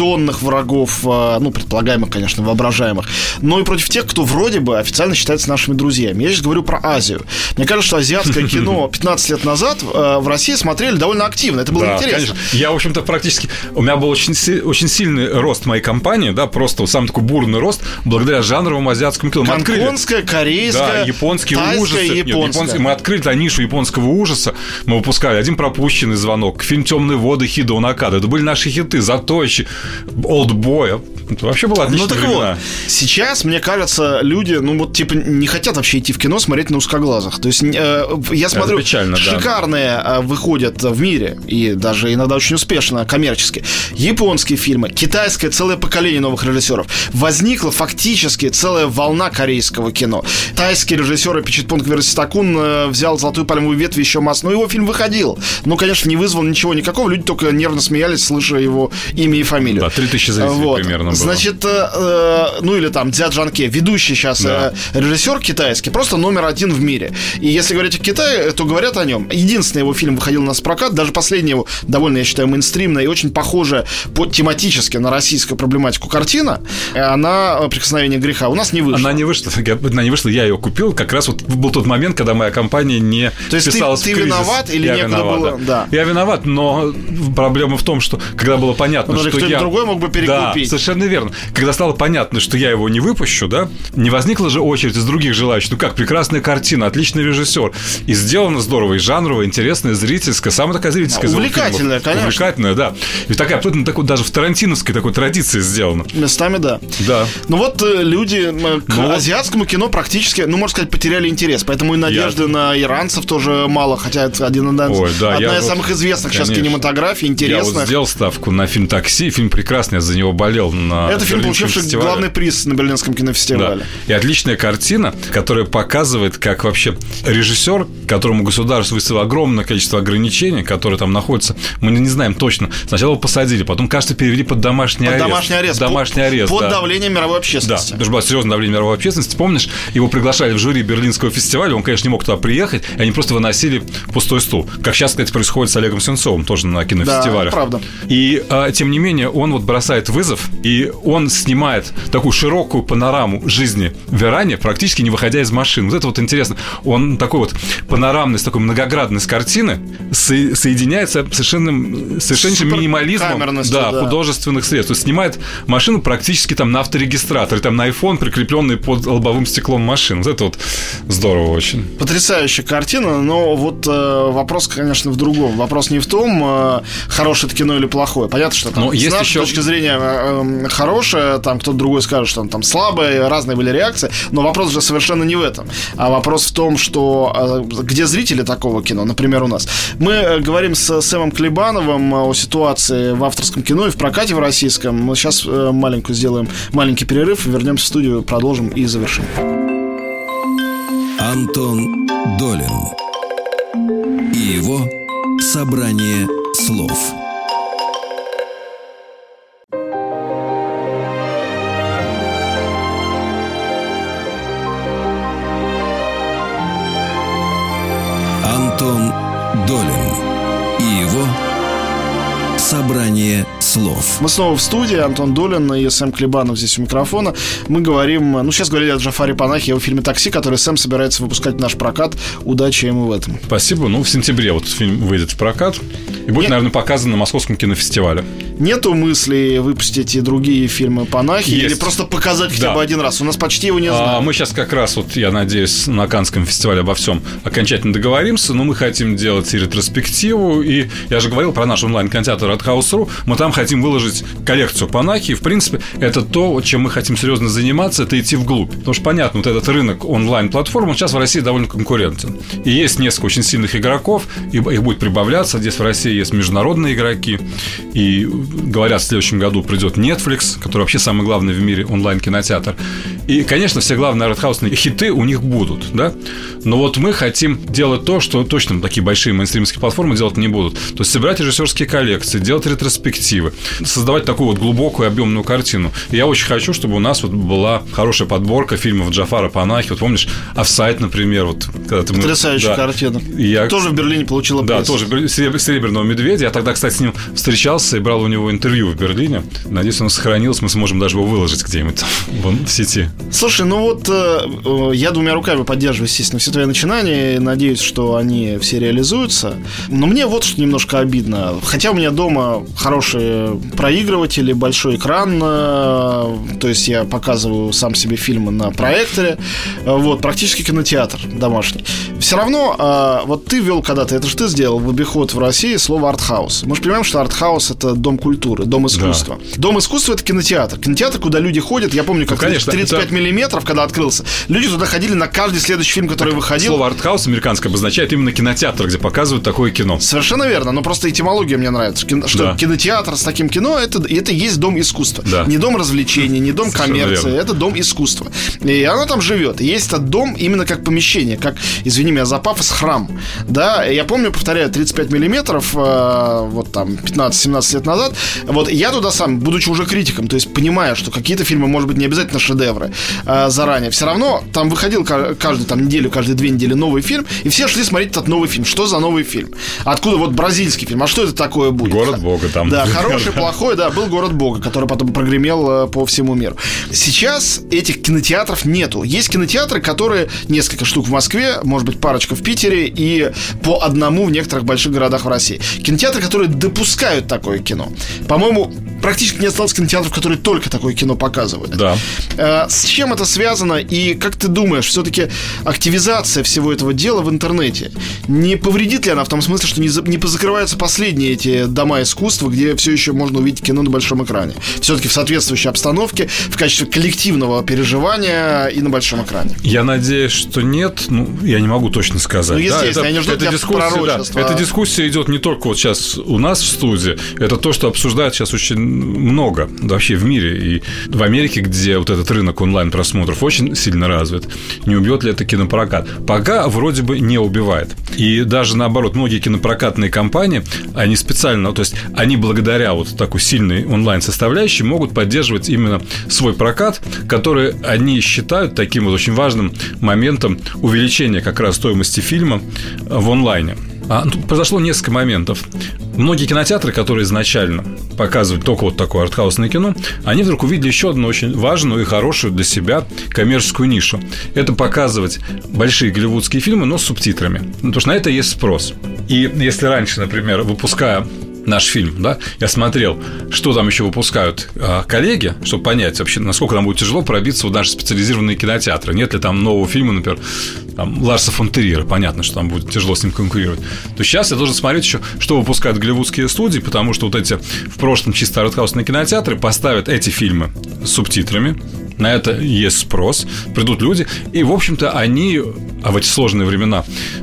традиционных врагов, ну, предполагаемых, конечно, воображаемых, но и против тех, кто вроде бы официально считается нашими друзьями. Я сейчас говорю про Азию. Мне кажется, что азиатское кино 15 лет назад в России смотрели довольно активно. Это было интересно. Конечно. Я, в общем-то, практически... У меня был очень сильный рост моей компании, да, просто самый такой бурный рост благодаря жанровому азиатскому кино. Гонконгское, корейское, да, японские ужасы. Японское. Мы открыли нишу японского ужаса. Мы выпускали «Один пропущенный звонок», фильм «Темные воды» Хидо Накада. Это были наши хиты. «Затойщик», «Олдбой». Это вообще было отличное времена. Вот, сейчас, мне кажется, люди, ну вот, типа, не хотят вообще идти в кино смотреть на узкоглазых. То есть, я смотрю, печально, шикарные выходят в мире, и даже иногда очень успешно, коммерчески, японские фильмы, китайское, целое поколение новых режиссеров. Возникла фактически целая волна корейского кино. Тайский режиссер Пичитпонг Вераситакун взял «Золотую пальмовую ветвь» еще массу. Но его фильм выходил. Но, конечно, не вызвал ничего никакого. Люди только нервно смеялись, слыша его имя и фамилию. Да, 3000 зрителей вот. Примерно было. Значит, ну или там Дзя Джанке, ведущий сейчас режиссер китайский, просто номер один в мире. И если говорить о Китае, то говорят о нем. Единственный его фильм выходил у нас в прокат, даже последний его довольно, я считаю, мейнстримная и очень похожая тематически на российскую проблематику картина. Она «Прикосновение греха» у нас не вышла. Она не вышла, я ее купил. Как раз вот был тот момент, когда моя компания не вписалась в кризис. То есть ты виноват или некуда было? Да. Я виноват, но проблема в том, что когда было понятно, что кто-нибудь другой мог бы перекупить. Да, совершенно верно. Когда стало понятно, что я его не выпущу, да, не возникла же очередь из других желающих. Ну как, прекрасная картина, отличный режиссер. И сделано здорово, и жанрово, интересная, зрительская, самая такая зрительская. Увлекательная, конечно. Увлекательная, да. И такая, абсолютно такой, даже в тарантиновской такой традиции сделано. Местами, да. Да. Ну вот люди к азиатскому кино практически, ну, можно сказать, потеряли интерес. Поэтому и надежды на иранцев тоже мало, хотя это одна из самых известных сейчас кинематографий, интересных. Я вот сделал ставку на фильм «Такси». Фильм прекрасный, я за него болел на это фильм, получивший главный приз на Берлинском кинофестивале. Да. И отличная картина, которая показывает, как вообще режиссер, которому государство выставило огромное количество ограничений, которые там находятся, мы не знаем точно. Сначала его посадили, потом, кажется, перевели под домашний арест. Домашний арест. Под давлением мировой общественности. Да, потому что было серьезное давление мировой общественности. Помнишь, его приглашали в жюри Берлинского фестиваля, он, конечно, не мог туда приехать, и они просто выносили пустой стул. Как сейчас, кстати, происходит с Олегом Сенцовым, тоже на кинофестивалях. Да, правда. И, тем не менее, он вот бросает вызов, и он снимает такую широкую панораму жизни в Иране, практически не выходя из машин. Вот это вот интересно. Он такой вот панорамность, такой многоградность картины соединяется совершеннейшим минимализмом художественных средств. То есть снимает машину практически там на авторегистратор, там на iPhone, прикрепленный под лобовым стеклом машин. Вот это вот здорово очень. Потрясающая картина, но вот вопрос, конечно, в другом. Вопрос не в том, хорошее это кино или плохое. Понятно, что там, с нашей точки зрения хорошее, там кто-то другой скажет, что он там слабое, разные были реакции, но вопрос же совершенно не в этом. А вопрос в том, что где зрители такого кино, например, у нас. Мы говорим с Сэмом Клебановым о ситуации в авторском кино и в прокате в российском. Мы сейчас сделаем маленький перерыв, вернемся в студию, продолжим и завершим. Антон Долин и его собрание слов. Антон Долин и его собрание слов. Мы снова в студии. Антон Долин и Сэм Клебанов здесь у микрофона. Мы говорим... сейчас говорили о Джафаре Панахи, о фильме «Такси», который Сэм собирается выпускать в наш прокат. Удачи ему в этом. Спасибо. В сентябре вот фильм выйдет в прокат и будет, наверное, показан на Московском кинофестивале. Нету мысли выпустить и другие фильмы Панахи? Или просто показать хотя бы один раз? У нас почти его не знают. Мы сейчас как раз, я надеюсь, на Каннском фестивале обо всем окончательно договоримся, но мы хотим делать и ретроспективу, и я же говорил про наш онлайн-кинотеатр Артхаус.ру. Мы там хотим выложить коллекцию Панахи, и, в принципе, это то, чем мы хотим серьезно заниматься, это идти вглубь. Потому что, понятно, вот этот рынок онлайн-платформ, он сейчас в России довольно конкурентен. И есть несколько очень сильных игроков, и их будет прибавляться. Здесь в России есть международные игроки, и говорят, в следующем году придет Netflix, который вообще самый главный в мире онлайн-кинотеатр. И, конечно, все главные артхаусные хиты у них будут, да? Но вот мы хотим делать то, что точно такие большие мейнстримские платформы делать не будут. То есть собирать режиссерские коллекции, экскурсии, делать ретроспективы, создавать такую вот глубокую объемную картину. И я очень хочу, чтобы у нас вот была хорошая подборка фильмов Джафара Панахи. Вот помнишь, «Офсайд», например, вот когда ты... Потрясающая картина. Тоже в Берлине получила приз. Да, тоже «Серебряного медведя». Я тогда, кстати, с ним встречался и брал у него интервью в Берлине. Надеюсь, оно сохранилось, мы сможем даже его выложить где-нибудь в сети. Слушай, ну вот я двумя руками поддерживаю, естественно, все твои начинания, и надеюсь, что они все реализуются. Но мне вот что немножко обидно. Хотя у меня дома хорошие проигрыватели, большой экран, то есть я показываю сам себе фильмы на проекторе, вот, практически кинотеатр домашний. Все равно, вот ты ввел когда-то, это же ты сделал в обиход в России слово «артхаус». Мы же понимаем, что артхаус — это дом культуры, дом искусства. Да. Дом искусства — это кинотеатр. Кинотеатр, куда люди ходят. Я помню, как 35 миллиметров, когда открылся, люди туда ходили на каждый следующий фильм, который выходил. Слово «артхаус» американское обозначает именно кинотеатр, где показывают такое кино. Совершенно верно, но просто этимология мне нравится, что кинотеатр с таким кино — это и есть дом искусства. Да. Не дом развлечений, не дом коммерции, это дом искусства. И оно там живет. И есть этот дом именно как помещение, как, извини меня за пафос, храм. Да, я помню, повторяю, 35 миллиметров, вот там 15-17 лет назад, вот я туда сам, будучи уже критиком, то есть понимая, что какие-то фильмы, может быть, не обязательно шедевры заранее, все равно там выходил каждую там неделю, каждые 2 недели новый фильм, и все шли смотреть этот новый фильм. Что за новый фильм? Откуда вот бразильский фильм? А что это такое будет? «Город Бога» там. Да, хороший, плохой, да, был «Город Бога», который потом прогремел по всему миру. Сейчас этих кинотеатров нету. Есть кинотеатры, которые, несколько штук в Москве, может быть, парочка в Питере и по одному в некоторых больших городах в России. Кинотеатры, которые допускают такое кино. По-моему, практически не осталось кинотеатров, которые только такое кино показывают. Да. С чем это связано? И как ты думаешь, все-таки активизация всего этого дела в интернете не повредит ли она в том смысле, что не позакрываются последние эти дома искусства, где все еще можно увидеть кино на большом экране? Все-таки в соответствующей обстановке, в качестве коллективного переживания и на большом экране. Я надеюсь, что нет. Ну, я не могу точно сказать. Ну, естественно, я не жду тебя пророчества. Эта дискуссия идет не только вот сейчас у нас в студии. Это то, что обсуждают сейчас очень много вообще в мире. И в Америке, где вот этот рынок онлайн-просмотров очень сильно развит, не убьет ли это кинопрокат? Пока вроде бы не убивает. И даже наоборот, многие кинопрокатные компании, они специально, то есть они благодаря вот такой сильной онлайн-составляющей могут поддерживать именно свой прокат, который они считают таким вот очень важным моментом увеличения как раз стоимости фильма в онлайне. Произошло несколько моментов. Многие кинотеатры, которые изначально показывают только вот такое артхаусное кино, они вдруг увидели еще одну очень важную и хорошую для себя коммерческую нишу. Это показывать большие голливудские фильмы, но с субтитрами. Потому что на это есть спрос. И если раньше, например, выпуская наш фильм, да, я смотрел, что там еще выпускают коллеги, чтобы понять вообще, насколько нам будет тяжело пробиться в наши специализированные кинотеатры. Нет ли там нового фильма, например, там, Ларса фон Триера, понятно, что там будет тяжело с ним конкурировать. То сейчас я должен смотреть еще, что выпускают голливудские студии, потому что вот эти в прошлом чисто артхаусные кинотеатры поставят эти фильмы с субтитрами. На это есть спрос, придут люди, и, в общем-то, они, в эти сложные времена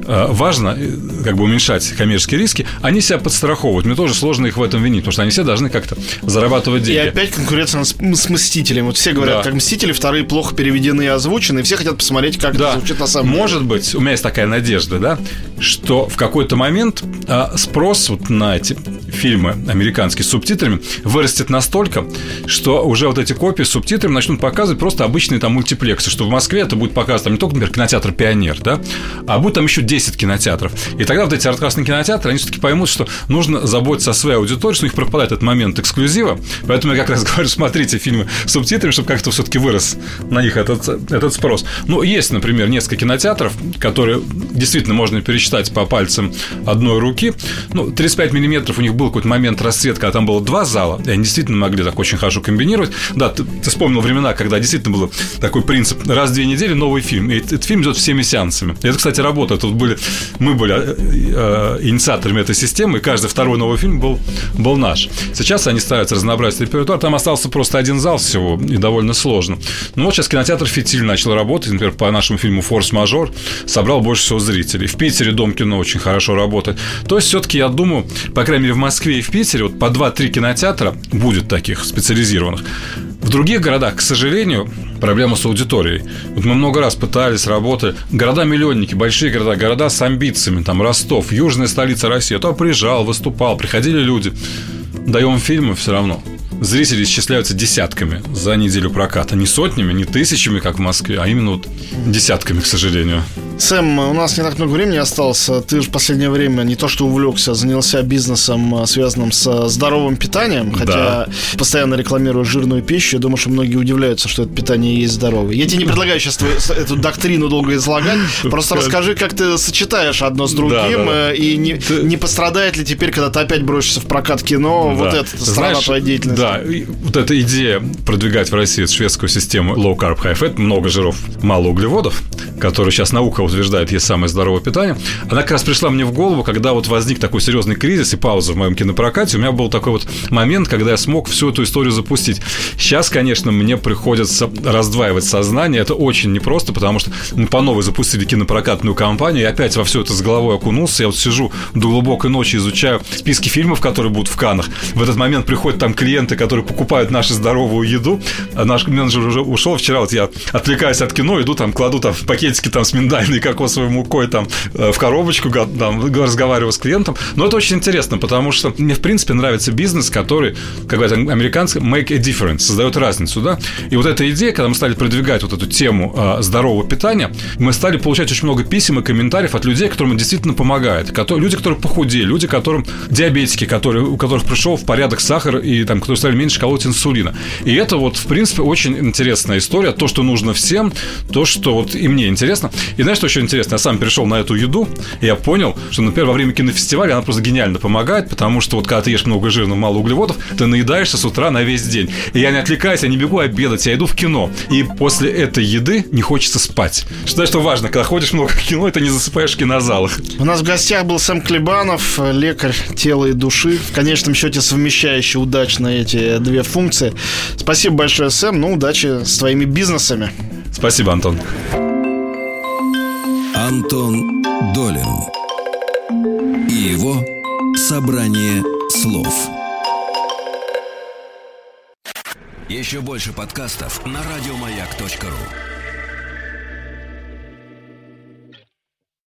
важно как бы уменьшать коммерческие риски, они себя подстраховывают. Мне тоже сложно их в этом винить, потому что они все должны как-то зарабатывать деньги. И опять конкуренция с «Мстителями». Вот все говорят, как «Мстители», вторые плохо переведены и озвучены, и все хотят посмотреть, как это звучит на самом деле. Может быть, у меня есть такая надежда, да, что в какой-то момент спрос вот на эти фильмы американские с субтитрами вырастет настолько, что уже вот эти копии с субтитрами начнут показывать просто обычные там мультиплексы, что в Москве это будет показывать там не только, например, кинотеатр «Пионер», да, а будет там еще 10 кинотеатров. И тогда вот эти артхаусные кинотеатры, они все-таки поймут, что нужно заботиться о своей аудитории, что у них пропадает этот момент эксклюзива. Поэтому я как раз говорю, смотрите фильмы с субтитрами, чтобы как-то все-таки вырос на них этот спрос. Ну, есть, например, несколько кинотеатров, которые действительно можно пересчитать по пальцам одной руки. Ну, 35 миллиметров у них был какой-то момент расцвет, когда там было 2 зала, и они действительно могли так очень хорошо комбинировать. Да, ты вспомнил времена, когда действительно был такой принцип: раз в 2 недели новый фильм. И этот фильм идет всеми сеансами. И это, кстати, работает. Тут мы были инициаторами этой системы, и каждый второй новый фильм был наш. Сейчас они стараются разнообразить репертуар. Там остался просто 1 зал всего, и довольно сложно. Но вот сейчас кинотеатр «Фитиль» начал работать. Например, по нашему фильму «Форс-мажор» собрал больше всего зрителей. В Питере Дом кино очень хорошо работает. То есть, все-таки, я думаю, по крайней мере, в Москве и в Питере вот по 2-3 кинотеатра будет таких специализированных. В других городах, к сожалению, проблема с аудиторией. Вот мы много раз пытались, работали. Города-миллионники, большие города, города с амбициями, там Ростов, южная столица России. Я туда приезжал, выступал, приходили люди. даем фильмы, все равно зрители исчисляются десятками за неделю проката. Не сотнями, не тысячами, как в Москве, а именно вот десятками, к сожалению. Сэм, у нас не так много времени осталось. Ты же в последнее время не то что увлекся, а занялся бизнесом, связанным со здоровым питанием. Хотя постоянно рекламирую жирную пищу. Я думаю, что многие удивляются, что это питание есть здоровое. Я тебе не предлагаю сейчас эту доктрину долго излагать. Просто расскажи, как ты сочетаешь одно с другим. И не пострадает ли теперь, когда ты опять бросишься в прокат кино, вот эта сторона твоей деятельности? Да, вот эта идея продвигать в России шведскую систему low carb, high fat, много жиров, мало углеводов, которую сейчас наука утверждает, есть самое здоровое питание, она как раз пришла мне в голову, когда вот возник такой серьезный кризис и пауза в моем кинопрокате. У меня был такой вот момент, когда я смог всю эту историю запустить. Сейчас, конечно, мне приходится раздваивать сознание. Это очень непросто, потому что мы по новой запустили кинопрокатную кампанию, и опять во все это с головой окунулся. Я вот сижу до глубокой ночи, изучаю списки фильмов, которые будут в Каннах. В этот момент приходят там клиенты, которые покупают нашу здоровую еду. А наш менеджер уже ушел. Вчера вот я отвлекаюсь от кино, иду там, кладу там пакетики там с миндальной кокосовой мукой там в коробочку, там, разговариваю с клиентом. Но это очень интересно, потому что мне, в принципе, нравится бизнес, который, как говорят американцы, make a difference, создает разницу, да. И вот эта идея, когда мы стали продвигать вот эту тему здорового питания, мы стали получать очень много писем и комментариев от людей, которым действительно помогает. Люди, которые похудели, люди, которым диабетики, у которых пришел в порядок сахар и там, которые стали меньше колоть инсулина. И это вот, в принципе, очень интересная история. То, что нужно всем, то, что вот и мне интересно. И знаешь, что еще интересно? Я сам перешел на эту еду, и я понял, что, например, во время кинофестиваля она просто гениально помогает, потому что вот когда ты ешь много жирного, мало углеводов, ты наедаешься с утра на весь день. И я не отвлекаюсь, я не бегу обедать, я иду в кино. И после этой еды не хочется спать. Что важно, когда ходишь много в кино, ты не засыпаешь в кинозалах. У нас в гостях был Сэм Клебанов, лекарь тела и души, в конечном счете совмещающий удачно эти две функции. Спасибо большое, Сэм. Ну, удачи с твоими бизнесами. Спасибо, Антон. Антон Долин и его собрание слов. Еще больше подкастов на радиомаяк.ру.